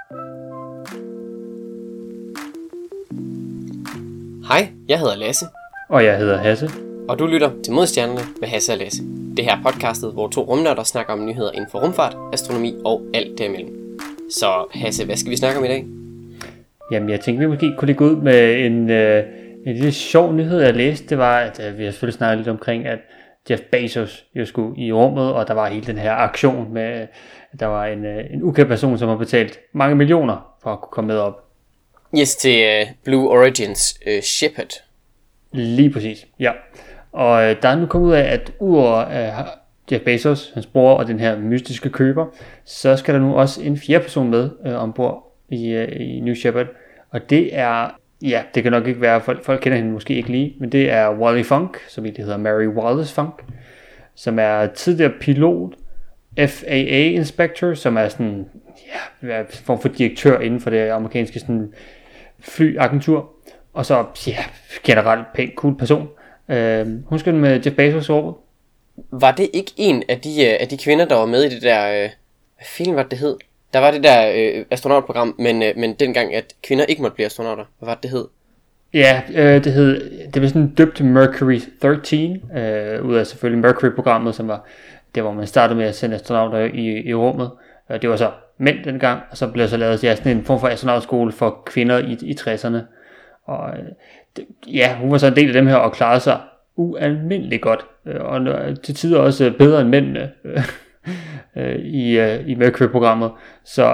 Hej, jeg hedder Lasse. Og jeg hedder Hasse. Og du lytter til Modstjernerne med Hasse og Lasse. Det her podcastet, hvor to rumnørder snakker om nyheder inden for rumfart, astronomi og alt derimellem. Så Hasse, hvad skal vi snakke om i dag? Jamen, jeg tænkte, vi måske kunne gå ud med en lille sjov nyhed, jeg læste. Det var, at vi har selvfølgelig snakket lidt omkring, at Jeff Bezos jo skulle i rummet, og der var hele den her aktion med, at der var en ukendt person, som har betalt mange millioner for at kunne komme med op. Yes, til Blue Origins Shepard. Lige præcis, ja. Og der er nu kommet ud af, at udover Jeff Bezos, hans bror og den her mystiske køber, så skal der nu også en fjerde person med ombord i New Shepard. Og det er, ja, det kan nok ikke være, folk kender hende måske ikke lige, men det er Wally Funk, som egentlig hedder Mary Wallace Funk, som er tidligere pilot, FAA inspector, som er sådan, ja, form for direktør inden for det amerikanske sådan flyagentur, og så, ja, generelt pænt cool person. Hun skal med Jeff Bezos over. Var det ikke en af de kvinder, der var med i det der, hvad film var det hed? Der var det der astronautprogram, men dengang, at kvinder ikke måtte blive astronauter. Hvad var det hed? Ja, det var sådan døbt Mercury 13, ud af selvfølgelig Mercury-programmet, som var det, hvor man startede med at sende astronauter i rummet. Det var så mænd dengang, og så blev så lavet sådan en form for astronautskole for kvinder i 60'erne. Og ja, hun var så en del af dem her og klarede sig ualmindeligt godt, og til tider også bedre end mændene i Mercury-programmet. Så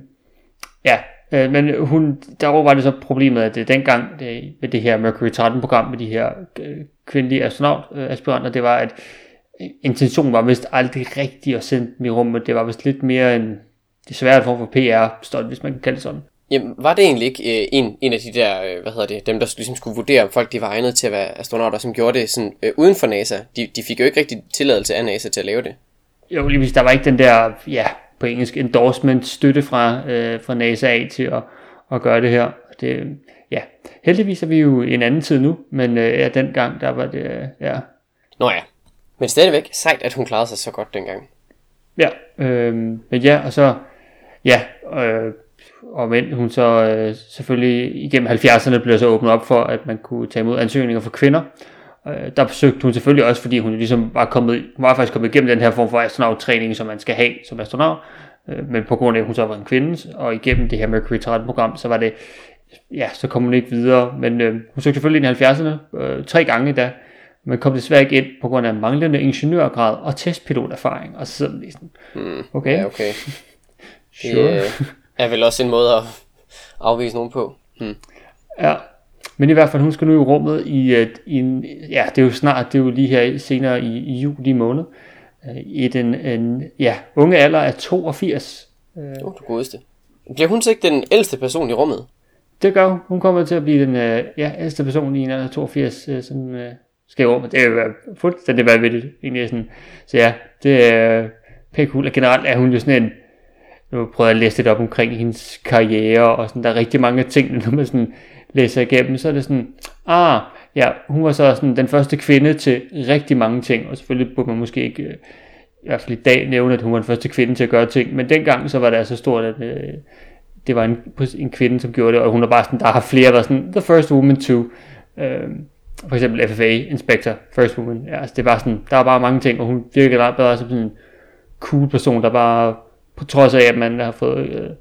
ja, men der var det så problemet, at dengang med det her Mercury 13-program med de her kvindelige astronautaspiranter, det var, at intentionen var vist aldrig rigtig at sende dem i rummet. Det var vist lidt mere en desværre form for PR-stunt, hvis man kan kalde det sådan. Jamen, var det egentlig ikke en af de der, dem der ligesom skulle vurdere, om folk de var egnet til at være astronauter, som gjorde det sådan uden for NASA? De fik jo ikke rigtig tilladelse af NASA til at lave det. Jo, lige hvis der var ikke den der, ja, på engelsk endorsement støtte fra NASA af til at gøre det her. Det, ja, heldigvis er vi jo i en anden tid nu, men ja, dengang der var det, ja. Nå ja, men stadigvæk sejt, at hun klarede sig så godt dengang. Ja, men ja, og så, ja, og men hun så selvfølgelig igennem 70'erne blev så åbnet op for, at man kunne tage imod ansøgninger for kvinder. Der besøgte hun selvfølgelig også, fordi hun ligesom var faktisk kommet igennem den her form for astronauttræning, som man skal have som astronaut. Men på grund af, at hun så var en kvinde, og igennem det her Mercury 13-program, så var det, ja, så kom hun ikke videre. Men hun søgte selvfølgelig ind i 70'erne 3 gange da, men kom desværre ikke ind på grund af manglende ingeniørgrad og testpiloterfaring. Og så sidder man lige sådan, okay. Ja, okay. Sure. Det er vel også en måde at afvise nogen på. Ja, men i hvert fald, hun skal nu i rummet ja, det er jo snart, det er jo lige her senere i juli måned, i den unge alder af 82. Du godeste. Bliver hun så ikke den ældste person i rummet? Det gør hun. Hun kommer til at blive den ældste person i en alder af 82, som skal i rummet. Det er jo fuldstændig vanvittigt, egentlig sådan. Så ja, det er pænt cool. Og generelt er hun jo sådan en, nu prøver jeg at læse lidt op omkring hendes karriere, og sådan, der er rigtig mange ting, når man sådan læser igennem, så er det sådan, ja, hun var så sådan den første kvinde til rigtig mange ting, og selvfølgelig burde man måske ikke, i hvert fald i dag, nævne, at hun var den første kvinde til at gøre ting, men dengang så var det altså stort, at det var en kvinde, som gjorde det, og hun er bare sådan, der har flere været sådan, the first woman to, for eksempel FAA inspector, first woman, ja, altså det var sådan, der var bare mange ting, og hun virkede ret bedre som sådan en cool person, der bare, på trods af, at man har fået,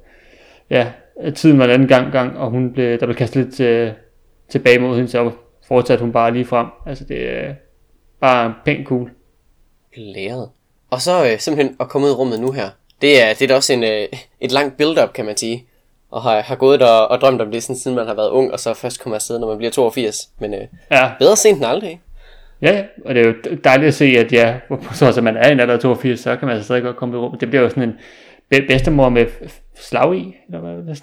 tiden var en anden gang, og der blev kastet lidt tilbage mod hende, så fortsatte hun bare lige frem. Altså det er bare pænt cool. Læret. Og så simpelthen at komme ud i rummet nu her. Det er da også et langt build-up, kan man sige. Og har gået og drømt om det, siden man har været ung, og så først kommer afsted, når man bliver 82. Men bedre sent end aldrig. Ja, og det er jo dejligt at se, at ja, så man er i en alder af 82, så kan man altså stadig godt komme ud i rummet. Det bliver jo sådan en bedstemor med slag i, eller hvad?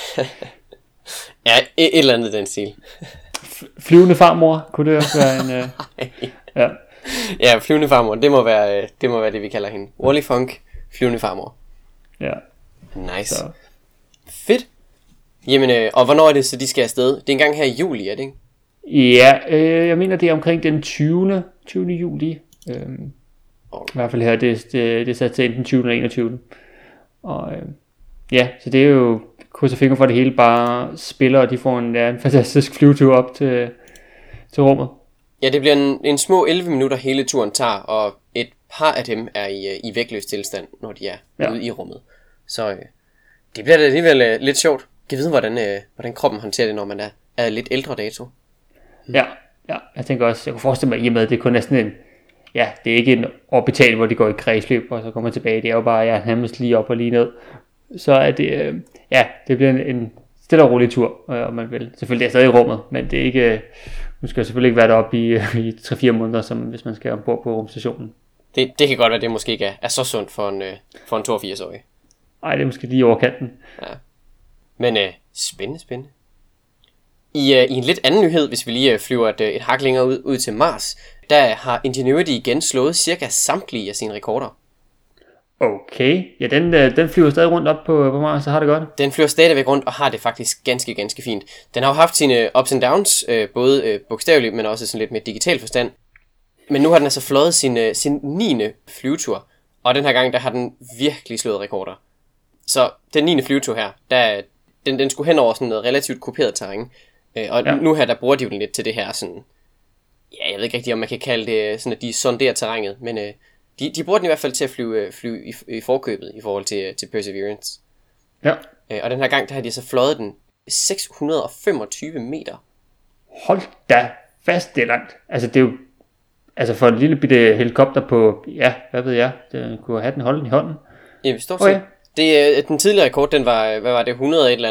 Ja, et eller andet den stil. Flyvende farmor, kunne det også være en... ja. Ja, flyvende farmor, det må være det, vi kalder hende. Wally Funk, flyvende farmor. Ja. Nice. Så. Fedt. Jamen, og hvornår er det så, de skal afsted? Det er engang her i juli, er det ikke? Ja, jeg mener, det er omkring den 20. juli. I hvert fald her, det er sat til enten 20. eller 21. Og ja, så det er jo krydser fingre for det hele bare spiller, og de får en fantastisk flyvetur op til rummet. Ja, det bliver en små 11 minutter hele turen tager, og et par af dem er i vægtløs tilstand, når de er ude i rummet. Så det bliver da alligevel lidt sjovt. Jeg ved, hvordan kroppen håndterer det, når man er lidt ældre dato. Ja, jeg tænker også, jeg kunne forestille mig, i og med, at det kun er sådan det er ikke en orbital, hvor de går i kredsløb, og så kommer tilbage. Det er jo bare, nærmest lige op og lige ned. Så er det, det bliver en stille og rolig tur, om man vil. Selvfølgelig er det stadig i rummet, men det er ikke, nu skal selvfølgelig ikke være deroppe i 3-4 måneder, som hvis man skal ombord på rumstationen. Det kan godt være, at det måske ikke er så sundt for en 82-årig. Nej, det er måske lige over kanten. Ja. Men spændende. I en lidt anden nyhed, hvis vi lige flyver et hak længere ud til Mars, der har Ingenuity igen slået cirka samtlige af sine rekorder. Okay, ja, den flyver stadig rundt op på Mars, så har det godt. Den flyver stadigvæk rundt og har det faktisk ganske fint. Den har jo haft sine ups and downs, både bogstaveligt, men også sådan lidt med digital forstand. Men nu har den altså fløjet sin 9. flyvetur, og den her gang, der har den virkelig slået rekorder. Så den 9. flyvetur her, den skulle hen over sådan noget relativt kuperet terræn. Nu her, der bruger de jo den lidt til det her sådan, jeg ved ikke rigtig, om man kan kalde det sådan, at de sonderer terrænet, men de bruger den i hvert fald til at flyve i forkøbet i forhold til Perseverance. Ja. Og den her gang, der har de så fløjet den 625 meter. Hold da fast, det er langt. Altså det er jo, for en lille bitte helikopter på, hvad ved jeg, den kunne have den holden i hånden. Ja, stort set. Den tidligere rekord, den var, hvad var det,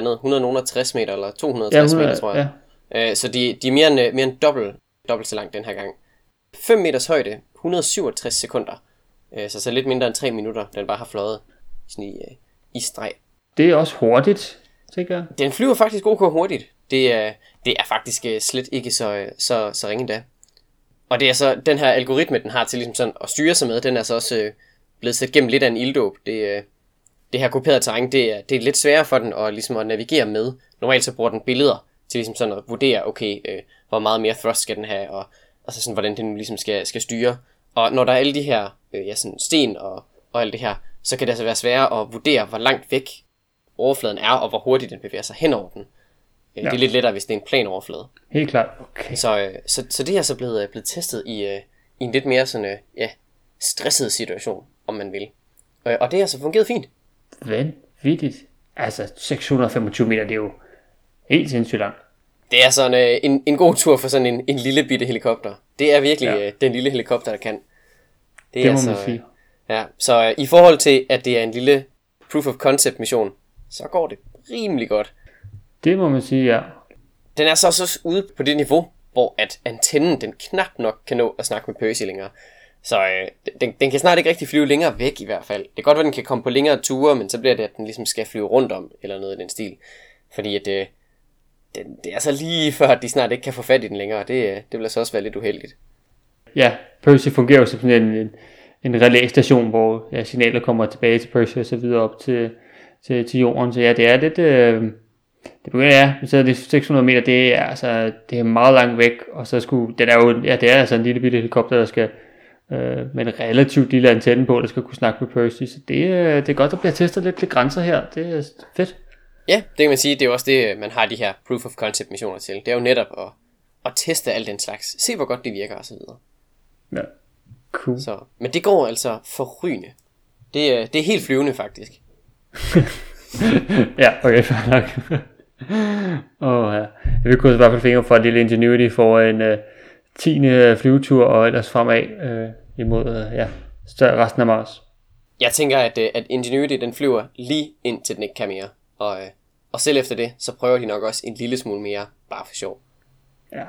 160 meter, eller 260 meter, tror jeg. Ja. Så de er mere end dobbelt så langt den her gang. 5 meters højde, 167 sekunder. Så lidt mindre end 3 minutter, den bare har fløjet sådan i streg. Det er også hurtigt, tænker jeg. Den flyver faktisk ok hurtigt. Det er faktisk slet ikke så ringe da. Og det er så den her algoritme, den har til ligesom sådan at styre sig med, den er så også blevet sat gennem lidt af en ilddåb. Det her kuperede terræn, det er lidt sværere for den at navigere med. Normalt så bruger den billeder til ligesom sådan at vurdere, okay, hvor meget mere thrust skal den have, og altså sådan, hvordan den ligesom skal styre. Og når der er alle de her sådan sten og alt det her, så kan det altså være sværere at vurdere, hvor langt væk overfladen er, og hvor hurtigt den bevæger sig hen over den. Det er lidt lettere, hvis det er en plan overflade. Helt klart. Okay. Så det er så blevet testet i en lidt mere sådan, stresset situation, om man vil. Og det har så fungeret fint. Vanvittigt. Altså 625 meter, det er jo helt sindssygt langt. Det er sådan en god tur for sådan en lille bitte helikopter. Det er virkelig den lille helikopter, der kan. Det må man sige. Ja, så i forhold til, at det er en lille proof of concept mission, så går det rimelig godt. Det må man sige, ja. Den er så ude på det niveau, hvor at antennen, den knap nok kan nå at snakke med Percy længere. Så den kan snart ikke rigtig flyve længere væk i hvert fald. Det kan godt være, den kan komme på længere ture, men så bliver det, at den ligesom skal flyve rundt om, eller noget i den stil. Fordi at det er så lige før, at de snart ikke kan få fat i den længere. Det vil så også være lidt uheldigt. Ja, Percy fungerer jo som sådan en relæstation, hvor signaler kommer tilbage til Percy og så videre op til jorden. Så det er lidt... det begynder, så det 600 meter, det er meget langt væk, og så det er altså en lille bitte helikopter, der skal med en relativt lille antenne på, der skal kunne snakke med Percy. Så det er godt, der bliver testet lidt grænser her. Det er fedt. Ja, det kan man sige. Det er jo også det, man har de her proof of concept missioner til. Det er jo netop at teste alt den slags. Se, hvor godt det virker og så videre. Ja, cool. Men det går altså forrygende. Det er helt flyvende, faktisk. Ja, okay, fair nok. Jeg vil kunne i hvert fald fingre for, at lille Ingenuity får en 10. flyvetur og ellers fremad imod resten af Mars. Jeg tænker, at Ingenuity, den flyver lige ind til den ikke kan mere. Og selv efter det, så prøver de nok også en lille smule mere, bare for sjov. Ja.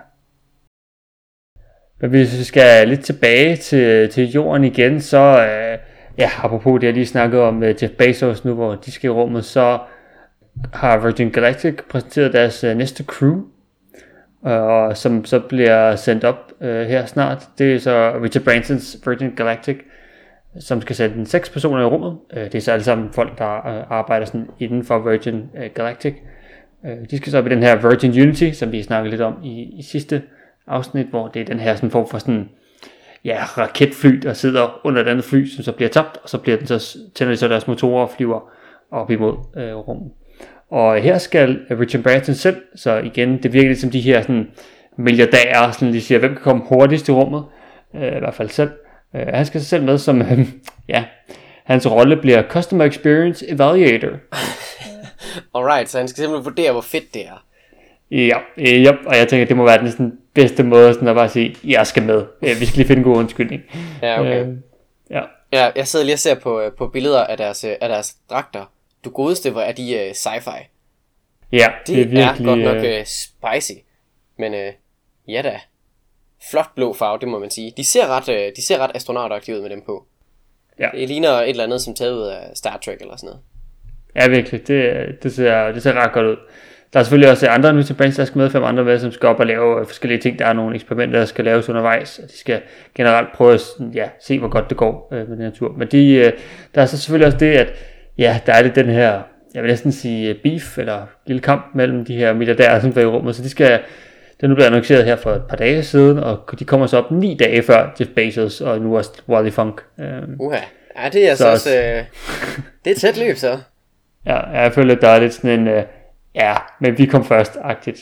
Men hvis vi skal lidt tilbage til jorden igen, så apropos det jeg lige snakkede om Jeff Bezos nu, hvor de skal i rummet, så har Virgin Galactic præsenteret deres næste crew, som så bliver sendt op her snart. Det er så Richard Bransons Virgin Galactic, som skal sætte 6 personer i rummet. Det er så alle sammen folk, der arbejder sådan inden for Virgin Galactic. De skal så op i den her Virgin Unity, som vi snakkede lidt om i sidste afsnit, hvor det er den her sådan form for sådan raketfly, der sidder under et andet fly, som så bliver tabt, og så bliver den så tænder de så deres motorer og flyver op imod rummet. Og her skal Richard Branson selv, så igen, det virker lidt som de her sådan, milliardærer, sådan de siger, hvem kan komme hurtigst i rummet, i hvert fald selv. Han skal selv med som, hans rolle bliver Customer Experience Evaluator. Alright, så han skal simpelthen vurdere, hvor fedt det er. Ja, og jeg tænker, det må være den sådan, bedste måde sådan at bare sige, jeg skal med. Vi skal lige finde en god undskyldning. Ja, okay. Ja, jeg sidder lige og ser på billeder af deres dragter. Du godeste, hvor er de sci-fi. Ja, det er virkelig, godt nok spicy. Men ja da. Flot blå farve, det må man sige. De ser ret astronautagtige ud med dem på. Ja. Det ligner et eller andet som taget ud af Star Trek eller sådan noget. Ja, virkelig. Det ser ret godt ud. Der er selvfølgelig også andre nu til Brands, der skal med 5 andre med, som skal op og lave forskellige ting. Der er nogle eksperimenter, der skal laves undervejs, og de skal generelt prøve at se, hvor godt det går med den her tur. Men der er så selvfølgelig også det, at der er det den her, jeg vil næsten sige beef, eller lille kamp mellem de her milliardærer, som er i rummet. Så det er nu blevet annonceret her for et par dage siden, og de kommer så op 9 dage før Jeff Bezos, og nu også Wally Funk. Ja, det er så også, det er tæt løb så. Ja, jeg føler, at der er lidt sådan en, men vi kom først-agtigt.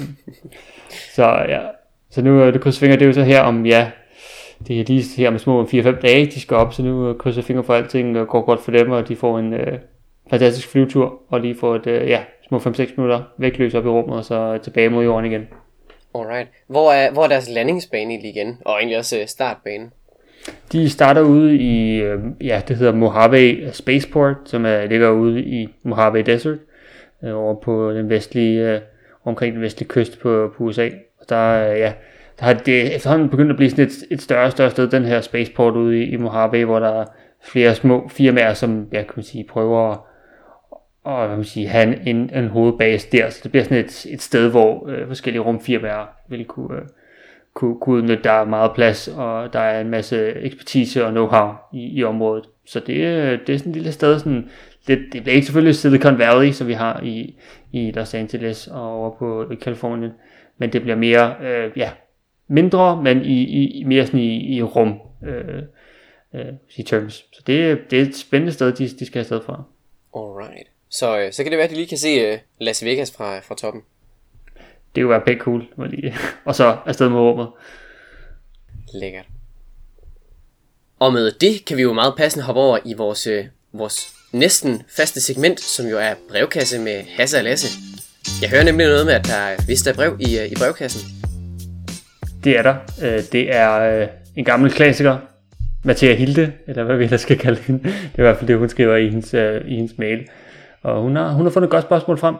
Så nu det krydser fingre, det er jo så her om, det er lige her med små 4-5 dage, de skal op, så nu krydser fingre for alting, og går godt for dem, og de får en fantastisk flyvetur, og lige får et, små 5-6 minutter vækløs op i rummet, og så tilbage mod jorden igen. Alright. Hvor er deres landingsbane egentlig igen, og egentlig også startbanen? De starter ude i, det hedder Mojave Spaceport, som ligger ude i Mojave Desert, over på den vestlige, omkring den vestlige kyst på USA. Og der har det efterhånden begyndt at blive sådan et større sted, den her spaceport ude i Mojave, hvor der er flere små firmaer, som kan man sige, prøver at have en hovedbase der. Så det bliver sådan et sted, hvor forskellige rumfirmaer vil kunne udnytte. Der er meget plads, og der er en masse ekspertise og know-how i området. Så det er sådan et lille sted, sådan det bliver ikke selvfølgelig Silicon Valley, som vi har i Los Angeles og over i Californien, men det bliver mere, mindre, men i mere sådan i rum terms. Så det er et spændende sted, de skal afsted fra. Alright. Så kan det være, at de lige kan se Las Vegas fra toppen. Det kunne være pænt cool. Og så afsted med rummet. Lækkert. Og med det kan vi jo meget passende hoppe over i vores næsten faste segment, som jo er brevkasse med Hasse og Lasse. Jeg hører nemlig noget med, at der er brev i brevkassen. Det er der. Det er en gammel klassiker, Mathea Hilde, eller hvad vi ellers skal kalde hende. Det er i hvert fald det, hun skriver i hendes mail. Og hun har fundet et godt spørgsmål frem.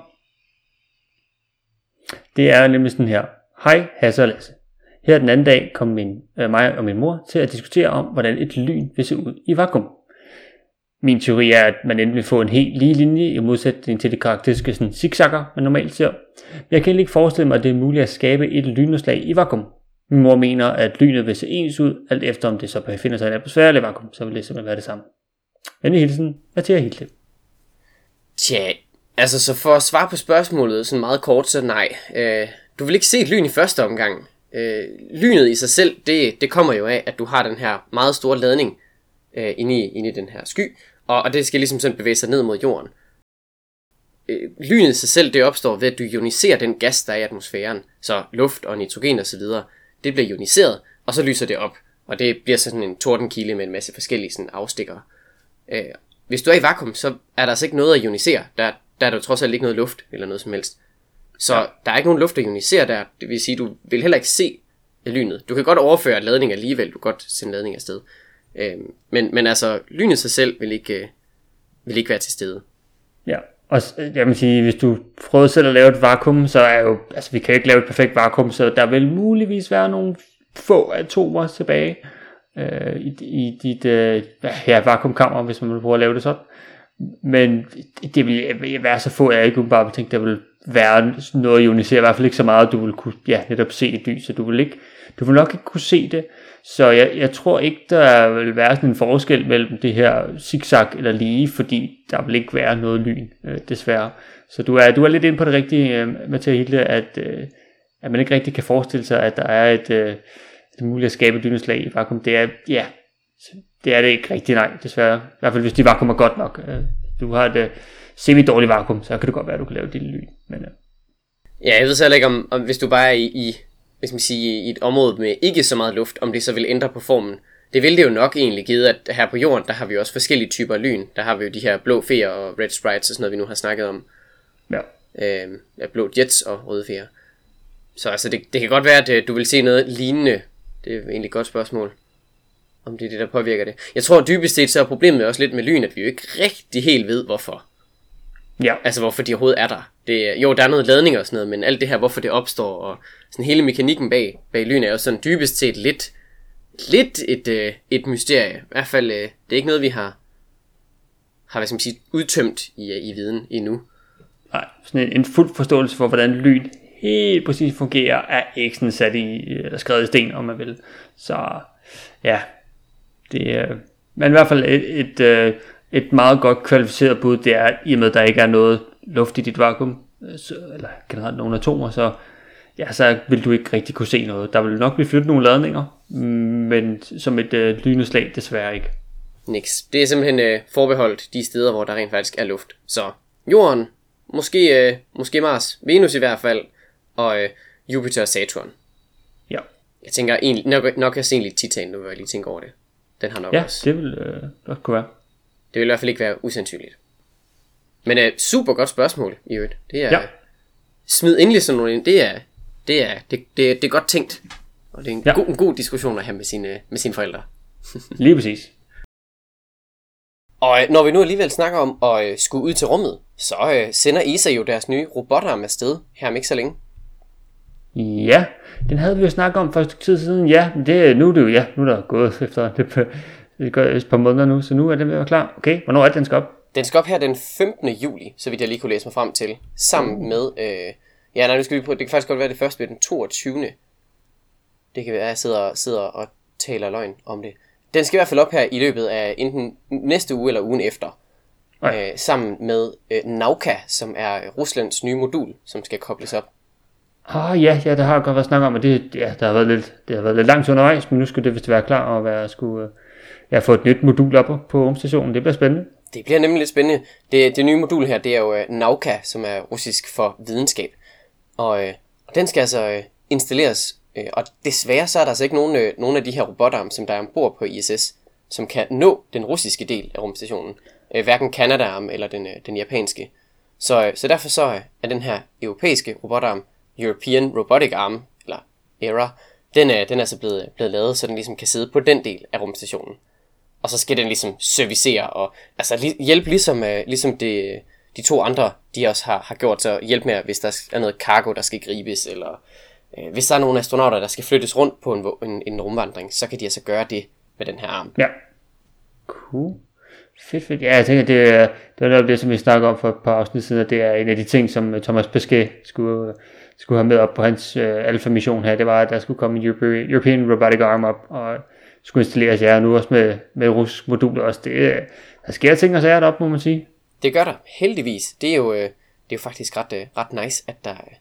Det er nemlig sådan her. Hej Hasse og Lasse. Her den anden dag kom mig og min mor til at diskutere om, hvordan et lyn vil se ud i vakuum. Min teori er, at man enten vil få en helt lige linje i modsætning til de karakteristiske zigzagger, man normalt ser. Men jeg kan ikke forestille mig, at det er muligt at skabe et lynudslag i vakuum. Min mor mener, at lynet vil se ens ud, alt efter om det så befinder sig i en atmosfære eller vakuum, så vil det simpelthen være det samme. Venlig hilsen, Mathea Hilde. Tja, altså så for at svare på spørgsmålet sådan meget kort, så nej. Du vil ikke se et lyn i første omgang. Lynet i sig selv, det kommer jo af, at du har den her meget store ladning inde i den her sky, og det skal ligesom sådan bevæge sig ned mod jorden. Lynet i sig selv, det opstår ved, at du ioniserer den gas, der er i atmosfæren, så luft og nitrogen og så videre, det bliver ioniseret, og så lyser det op, og det bliver sådan en tordenkilde med en masse forskellige sådan afstikkere. Hvis du er i vakuum, så er der altså ikke noget at ionisere, der er der trods alt ikke noget luft eller noget som helst. Så der er ikke nogen luft at ionisere der, det vil sige, du vil heller ikke se lynet. Du kan godt overføre ladning alligevel, du kan godt sende ladning afsted. Men altså, lynet sig selv vil ikke være til stede. Ja, og jeg vil sige, hvis du prøver selv at lave et vakuum, så er jo, altså vi kan ikke lave et perfekt vakuum, så der vil muligvis være nogle få atomer tilbage i dit vakuumkammer, hvis man vil prøve at lave det sådan. Men det vil være så få, jeg ikke bare vil tænke, der vil være noget at ionisere, i hvert fald ikke så meget, at du vil kunne netop se et lys, så du vil nok ikke kunne se det. Så jeg tror ikke, der vil være sådan en forskel mellem det her zigzag eller lige, fordi der vil ikke være noget lyn, desværre. Så du er lidt inde på det rigtige, Mathea Hilde, at man ikke rigtig kan forestille sig, at der er et muligt at skabe et lynudslag i vakuum. Det er det ikke rigtig, nej, desværre. I hvert fald hvis de vakuum er godt nok. Du har et semi-dårlig vakuum, så kan det godt være, at du kan lave et lille lyn. Men, Ja, jeg ved så heller ikke, om hvis du bare er hvis man siger, i et område med ikke så meget luft, om det så vil ændre på formen. Det vil det jo nok egentlig, givet at her på jorden, der har vi også forskellige typer af lyn. Der har vi jo de her blå feer og red sprites og sådan noget, vi nu har snakket om. ja. Blå jets og røde feer. Så altså, det kan godt være, at du vil se noget lignende. Det er egentlig et godt spørgsmål, om det er det, der påvirker det. Jeg tror dybest set, så er problemet også lidt med lyn, at vi jo ikke rigtig helt ved, hvorfor. Ja. Altså, hvorfor de overhovedet er der. Jo, der er noget ladning og sådan noget, men alt det her, hvorfor det opstår, og sådan hele mekanikken bag lyn, er jo sådan dybest set lidt et mysterie. I hvert fald, det er ikke noget, vi har hvad skal man sige, udtømt i viden endnu. Nej, sådan en fuld forståelse for, hvordan lyn helt præcis fungerer, er ikke sådan sat i, eller skrevet i sten, om man vil. Så ja, det er, men i hvert fald et meget godt kvalificeret bud, det er, i og med, at der ikke er noget luft i dit vakuum, eller generelt nogle atomer, så vil du ikke rigtig kunne se noget. Der vil nok blive flyttet nogle ladninger, men som et lyneslag desværre ikke. Niks. Det er simpelthen forbeholdt de steder, hvor der rent faktisk er luft. Så Jorden, måske Mars, Venus i hvert fald, og Jupiter og Saturn. Ja. Jeg tænker egentlig, nok er egentlig Titan, nu vil jeg lige tænke over det. Den har nok også. Ja, det vil godt kunne være. Det vil i hvert fald ikke være usandsynligt. Men super godt spørgsmål i øvrigt. Det er smid endelig sådan nogle ind. Det er godt tænkt. Og det er en god diskussion at have med sine forældre. Lige præcis. Og når vi nu alligevel snakker om at skulle ud til rummet, så sender ESA jo deres nye robotarm afsted her om ikke så længe. Ja, den havde vi jo snakket om for et stykke tid siden. Ja, nu er der gået efter det går et par måneder nu, så nu er den ved at være klar. Okay, hvornår er det, den skal op? Den skal op her den 15. juli, så vidt jeg lige kunne læse mig frem til, sammen med, nu skal vi prøve, det kan faktisk godt være det første ved den 22. Det kan være, at jeg sidder og taler løgn om det. Den skal i hvert fald op her i løbet af enten næste uge eller ugen efter, sammen med Nauka, som er Ruslands nye modul, som skal kobles op. Ja, det har jeg godt været snakket om, og det har været lidt langt undervejs, men nu skulle det vist være klar og jeg har fået et nyt modul op på rumstationen. Det bliver spændende. Det bliver nemlig lidt spændende. Det nye modul her, det er jo Nauka, som er russisk for videnskab. Og den skal altså installeres. Og desværre så er der altså ikke nogen af de her robotarme, som der er ombord på ISS, som kan nå den russiske del af rumstationen. Hverken Canadarm eller den japanske. Så derfor så er den her europæiske robotarm, European Robotic Arm, eller ERA, den er altså blevet lavet, så den ligesom kan sidde på den del af rumstationen. Og så skal den ligesom servicere og altså hjælpe ligesom de to andre, de også har gjort, så hjælp med, hvis der er noget cargo, der skal gribes, eller hvis der er nogle astronauter, der skal flyttes rundt på en rumvandring, så kan de altså gøre det med den her arm. Ja. Cool. Fedt. Ja, jeg tænker, det var det, som vi snakkede om for et par afsnit siden, at det er en af de ting, som Thomas Pesquet skulle have med op på hans alfa-mission her. Det var, at der skulle komme en European Robotic Arm op, og skulle installeres, nu også med russisk moduler også. Der sker ting og sager deroppe, må man sige. Det gør der, heldigvis. Det er jo faktisk ret nice, at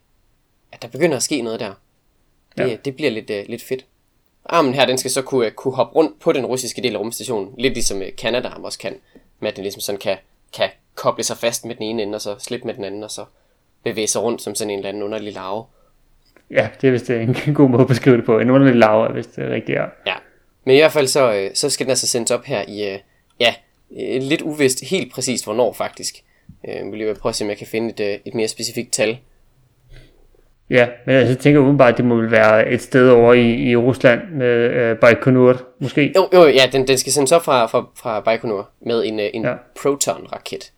der begynder at ske noget der. Det bliver lidt fedt. Armen her, den skal så kunne hoppe rundt på den russiske del af rumstationen, lidt ligesom Canadarm også kan, med at den ligesom sådan kan koble sig fast med den ene ende, og så slippe med den anden, og så bevæge sig rundt som sådan en eller anden underlig larve. Ja, det er vist en god måde at beskrive det på. En underlig larve, hvis det er rigtigt er. Ja, men i hvert fald så skal den altså sendes op her i, lidt uvist helt præcist hvornår faktisk. Jeg vil lige prøve at se, om jeg kan finde et mere specifikt tal. Ja, men jeg tænker umiddelbart, at det må vel være et sted over i Rusland med Baikonur, måske? Jo, ja, den skal sendes op fra Baikonur med en Proton-raket.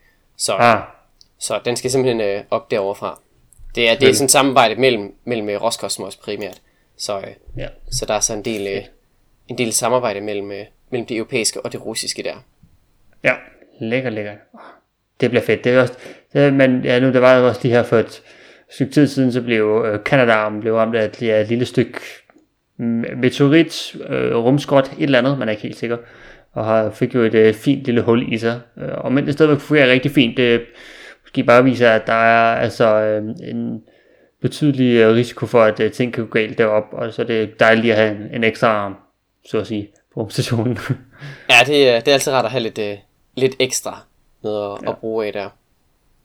Så den skal simpelthen op derovre fra. Det er sådan et samarbejde mellem Roskosmos primært. Så der er så en del samarbejde mellem det europæiske og det russiske der. Ja, lækker. Det bliver fedt. Det er også, der var også de her for et stykke tid siden, så blev Canadarm ramt af et lille stykke meteorit, rumskrot, et eller andet, man er ikke helt sikker, og fik jo et fint lille hul i sig. Og men det stadigvæk fungerer rigtig fint. Det måske bare viser, at der er altså en betydelig risiko for, at ting kan gå galt deroppe, og så er det dejligt at have en ekstra arm, så at sige, på rumstationen. Ja, det er altid rart at have lidt ekstra noget at bruge af der.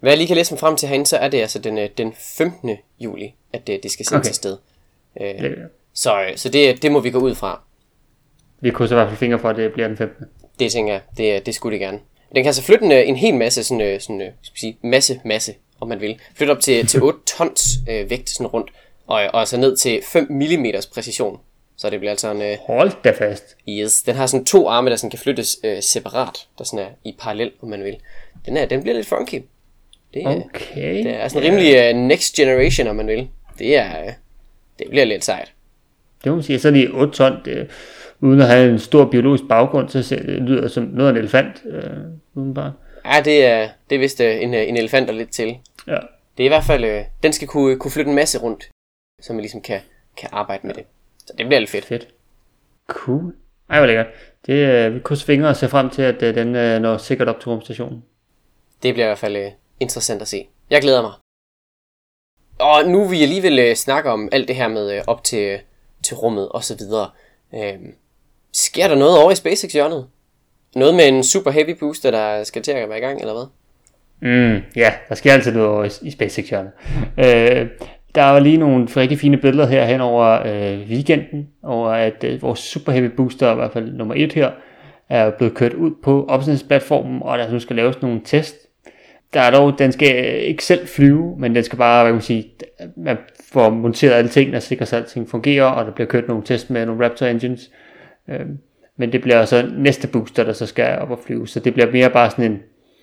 Hvad jeg lige kan læse mig frem til herinde, så er det altså den 15. juli, at det skal sendes afsted. Så det må vi gå ud fra. Vi krydser i hvert fald fingre for, at det bliver den 15. Det tænker jeg, det skulle det gerne. Den kan altså flytte en hel masse, masse, om man vil. Flytte op til 8 tons vægt sådan rundt, og altså ned til 5 mm præcision. Så det bliver altså en... Hold da fast. Yes, den har sådan 2 arme, der sådan kan flyttes separat, der sådan er i parallel, om man vil. Den bliver lidt funky. Okay. Det er sådan rimelig next generation, om man vil. Det bliver lidt sejt. Det må man sige, så er de 8 ton, uden at have en stor biologisk baggrund, så lyder det som noget af en elefant, udenbart. Ja, det er vist en elefant og lidt til. Ja. Det er i hvert fald, den skal kunne flytte en masse rundt, så man ligesom kan arbejde med det. Så det bliver lidt fedt. Cool. Ej, hvor lækkert. Vi krydser fingre og ser frem til, at den når sikkert op til rumstationen. Det bliver i hvert fald interessant at se. Jeg glæder mig. Og nu vil jeg alligevel snakke om alt det her med op til rummet og så videre. Sker der noget over i SpaceX-hjørnet? Noget med en super heavy booster, der skal til at være i gang, eller hvad? Ja, der sker altid noget over i SpaceX-hjørnet. Der var lige nogle rigtig fine billeder her hen over weekenden, over at vores super heavy booster, i hvert fald nummer 1 her, er blevet kørt ud på opsendelsesplatformen, og der nu skal laves nogle test. Der er dog, den skal ikke selv flyve, men den skal bare, hvad kan man sige, man får monteret alle tingene og sikrer sig, at alting fungerer, og der bliver kørt nogle test med nogle Raptor engines. Men det bliver så næste booster, der så skal op og flyve, så det bliver mere bare sådan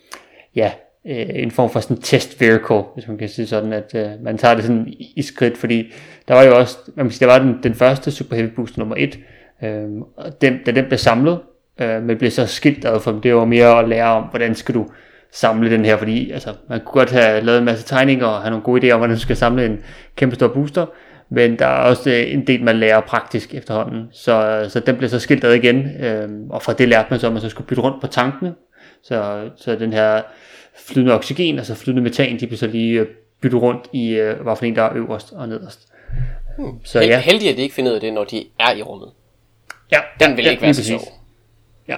en form for sådan test vehicle, hvis man kan sige sådan, at man tager det sådan i skridt, fordi der var jo også, man kan sige, der var den første Super Heavy Booster nummer 1, da den blev samlet, men blev så skilt ad, for det var mere at lære om, hvordan skal du samle den her, fordi altså, man kunne godt have lavet en masse tegninger og have nogle gode idéer om, hvordan du skal samle en kæmpe stor booster, men der er også en del, man lærer praktisk efterhånden, så den blev så skilt ad igen, og fra det lærte man så, at man så skulle bytte rundt på tankene, så den her flydende oxygen, altså flydende metan, de bliver så lige byttet rundt i, hvad for en der er øverst og nederst. Så ja. Heldig, at de ikke finder ud af det, når de er i rummet. Ja, den vil ikke være så sjov. Ja.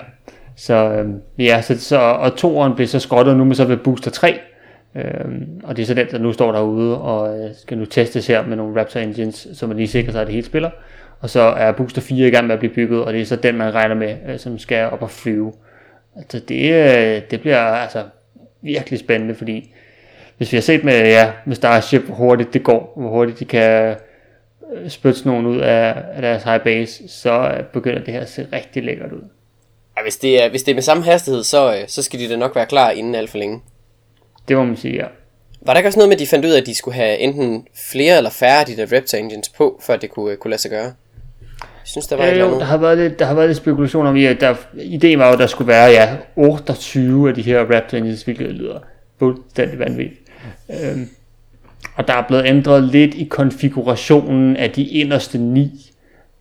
Så og toeren blev så skrottet, nu med så ved Booster 3, og det er så den, der nu står derude, og skal nu testes her med nogle Raptor engines, så man lige sikrer sig, at det hele spiller. Og så er Booster 4 i gang med at blive bygget, og det er så den, man regner med, som skal op og flyve. Altså det bliver altså virkelig spændende, fordi hvis vi har set med Starship, hvor hurtigt det går, hvor hurtigt de kan spytte nogen ud af deres high base, så begynder det her at se rigtig lækkert ud. Ja, hvis det er med samme hastighed, så skal de da nok være klar inden alt for længe. Det må man sige, ja. Var der ikke også noget med, at de fandt ud af, at de skulle have enten flere eller færre af de der Raptor engines på, før det kunne lade sig gøre? Jeg synes, der var et eller andet. Der har været lidt spekulation om, at ideen var jo, at der skulle være 28 af de her Raptor engines, hvilket lyder fuldstændig vanvittigt. Og der er blevet ændret lidt i konfigurationen af de inderste 9.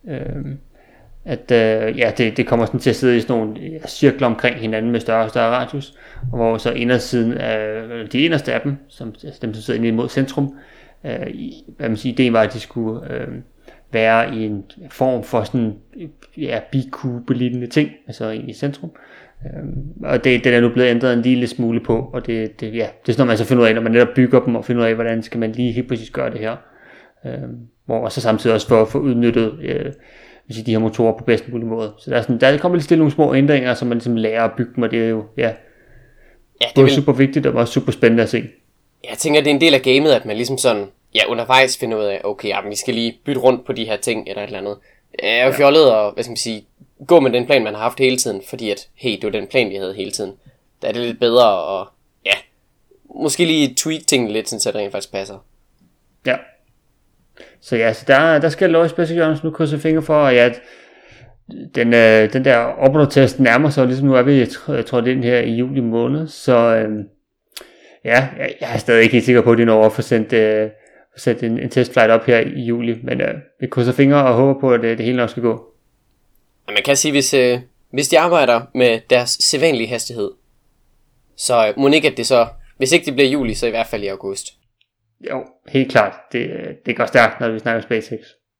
Det kommer sådan til at sidde i sådan nogle cirkler omkring hinanden med større og større radius, og hvor så indersiden af de inderste af dem, dem som sidder inde imod centrum, hvad man siger, ideen var, at de skulle være i en form for sådan bikube-lignende ting, altså i centrum. Og den er nu blevet ændret en lille smule på, og det er sådan noget, man så finder ud af, når man netop bygger dem, og finder ud af, hvordan skal man lige helt præcis gøre det her. Hvor så samtidig også for at få udnyttet de her motorer på bedst mulig måde. Så der kommer lidt stille nogle små ændringer, som man ligesom lærer at bygge dem, og det er jo både super vigtigt og også super spændende at se. Jeg tænker, det er en del af gamet, at man ligesom sådan, undervejs finder ud af, okay, vi skal lige bytte rundt på de her ting, eller et eller andet. Jeg er jo fjollet og, hvad skal man sige, gå med den plan, man har haft hele tiden, fordi at, hey, det var den plan, vi havde hele tiden. Der er det lidt bedre, og måske lige tweak tingene lidt, så det rent faktisk passer. Ja. Så der skal lov i SpaceX, nu krydser fingre for, at den der opload-test nærmer sig, ligesom nu er vi, jeg tror det er den her i juli måned, så jeg er stadig ikke helt sikker på, at de når at få sendt en testflight op her i juli, men vi krydser fingre og håber på, at det hele nok skal gå. Man kan sige, hvis de arbejder med deres sædvanlige hastighed, så må ikke, at det så, hvis ikke det bliver juli, så i hvert fald i august. Jo, helt klart. Det går stærkt, når vi snakker om SpaceX.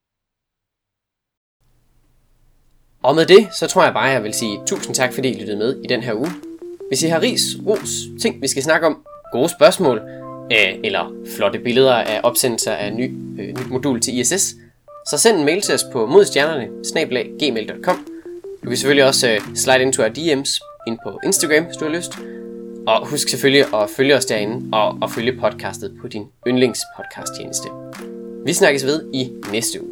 Og med det, så tror jeg bare, jeg vil sige tusind tak, fordi I lyttede med i den her uge. Hvis I har ris, ros, ting vi skal snakke om, gode spørgsmål, eller flotte billeder af opsendelser af nyt modul til ISS, så send en mail til os på modstjernerne@gmail.com. Du kan selvfølgelig også slide into our DM's ind på Instagram, hvis du har lyst. Og husk selvfølgelig at følge os derinde og følge podcastet på din yndlingspodcast-tjeneste. Vi snakkes ved i næste uge.